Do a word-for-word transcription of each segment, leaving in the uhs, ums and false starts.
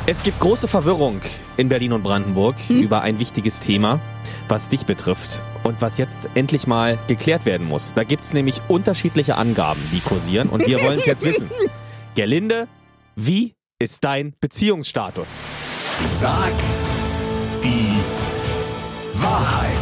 Es gibt große Verwirrung in Berlin und Brandenburg hm? über ein wichtiges Thema, was dich betrifft und was jetzt endlich mal geklärt werden muss. Da gibt es nämlich unterschiedliche Angaben, die kursieren und wir wollen es jetzt wissen. Gerlinde, wie ist dein Beziehungsstatus? Sag die Wahrheit.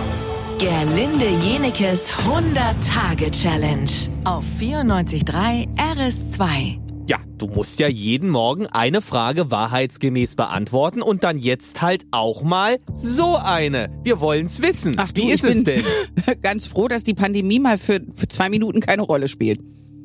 Gerlinde Jenekes hundert-Tage-Challenge auf vierundneunzig Komma drei R S zwei. Ja, du musst ja jeden Morgen eine Frage wahrheitsgemäß beantworten und dann jetzt halt auch mal so eine. Wir wollen's wissen. Ach du, wie ist ich es bin denn? Ganz froh, dass die Pandemie mal für, für zwei Minuten keine Rolle spielt.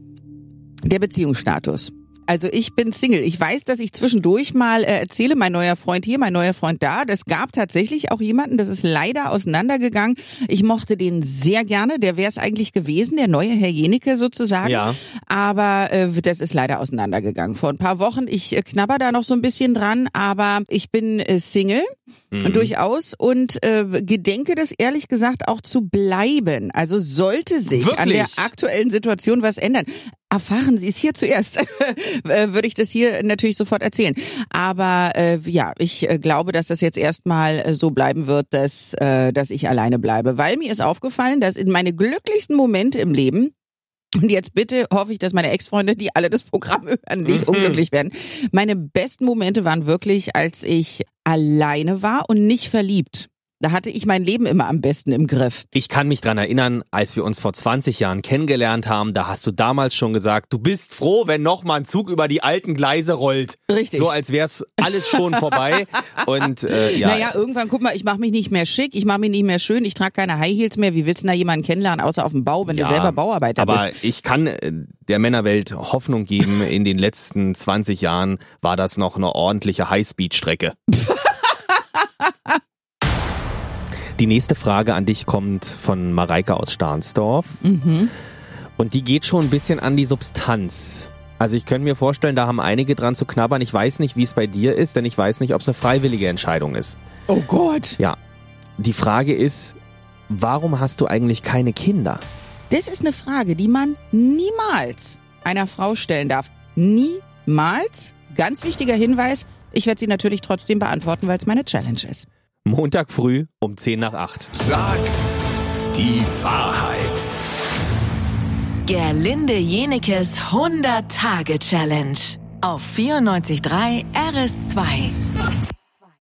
Der Beziehungsstatus. Also ich bin Single. Ich weiß, dass ich zwischendurch mal äh, erzähle, mein neuer Freund hier, mein neuer Freund da. Das gab tatsächlich auch jemanden, das ist leider auseinandergegangen. Ich mochte den sehr gerne. Der wäre es eigentlich gewesen, der neue Herr Jeneke sozusagen. Ja. Aber äh, das ist leider auseinandergegangen. Vor ein paar Wochen, ich äh, knabber da noch so ein bisschen dran, aber ich bin äh, Single, mhm. durchaus, und äh, gedenke das ehrlich gesagt auch zu bleiben. Also sollte sich Wirklich? an der aktuellen Situation was ändern. Erfahren Sie es hier zuerst, würde ich das hier natürlich sofort erzählen. Aber äh, ja, ich äh, glaube, dass das jetzt erstmal äh, so bleiben wird, dass, äh, dass ich alleine bleibe. Weil mir ist aufgefallen, dass in meine glücklichsten Momente im Leben, und jetzt bitte hoffe ich, dass meine Ex-Freunde, die alle das Programm hören, nicht Mhm. unglücklich werden. Meine besten Momente waren wirklich, als ich alleine war und nicht verliebt. Da hatte ich mein Leben immer am besten im Griff. Ich kann mich dran erinnern, als wir uns vor zwanzig Jahren kennengelernt haben, da hast du damals schon gesagt, du bist froh, wenn noch mal ein Zug über die alten Gleise rollt. Richtig. So als wär's alles schon vorbei. Und äh, ja. Naja, irgendwann, guck mal, ich mache mich nicht mehr schick, ich mache mich nicht mehr schön, ich trage keine High Heels mehr. Wie willst du denn da jemanden kennenlernen, außer auf dem Bau, wenn ja, du selber Bauarbeiter aber bist? ich kann äh, der Männerwelt Hoffnung geben, in den letzten zwanzig Jahren war das noch eine ordentliche Highspeed-Strecke. Die nächste Frage an dich kommt von Mareike aus Stahnsdorf. Mhm. Und die geht schon ein bisschen an die Substanz. Also ich könnte mir vorstellen, da haben einige dran zu knabbern. Ich weiß nicht, wie es bei dir ist, denn ich weiß nicht, ob es eine freiwillige Entscheidung ist. Oh Gott. Ja. Die Frage ist, warum hast du eigentlich keine Kinder? Das ist eine Frage, die man niemals einer Frau stellen darf. Niemals. Ganz wichtiger Hinweis, ich werde sie natürlich trotzdem beantworten, weil es meine Challenge ist. Montag früh um zehn nach acht. Sag die Wahrheit. Gerlinde Jenekes hundert-Tage-Challenge auf vierundneunzig Komma drei R S zwei.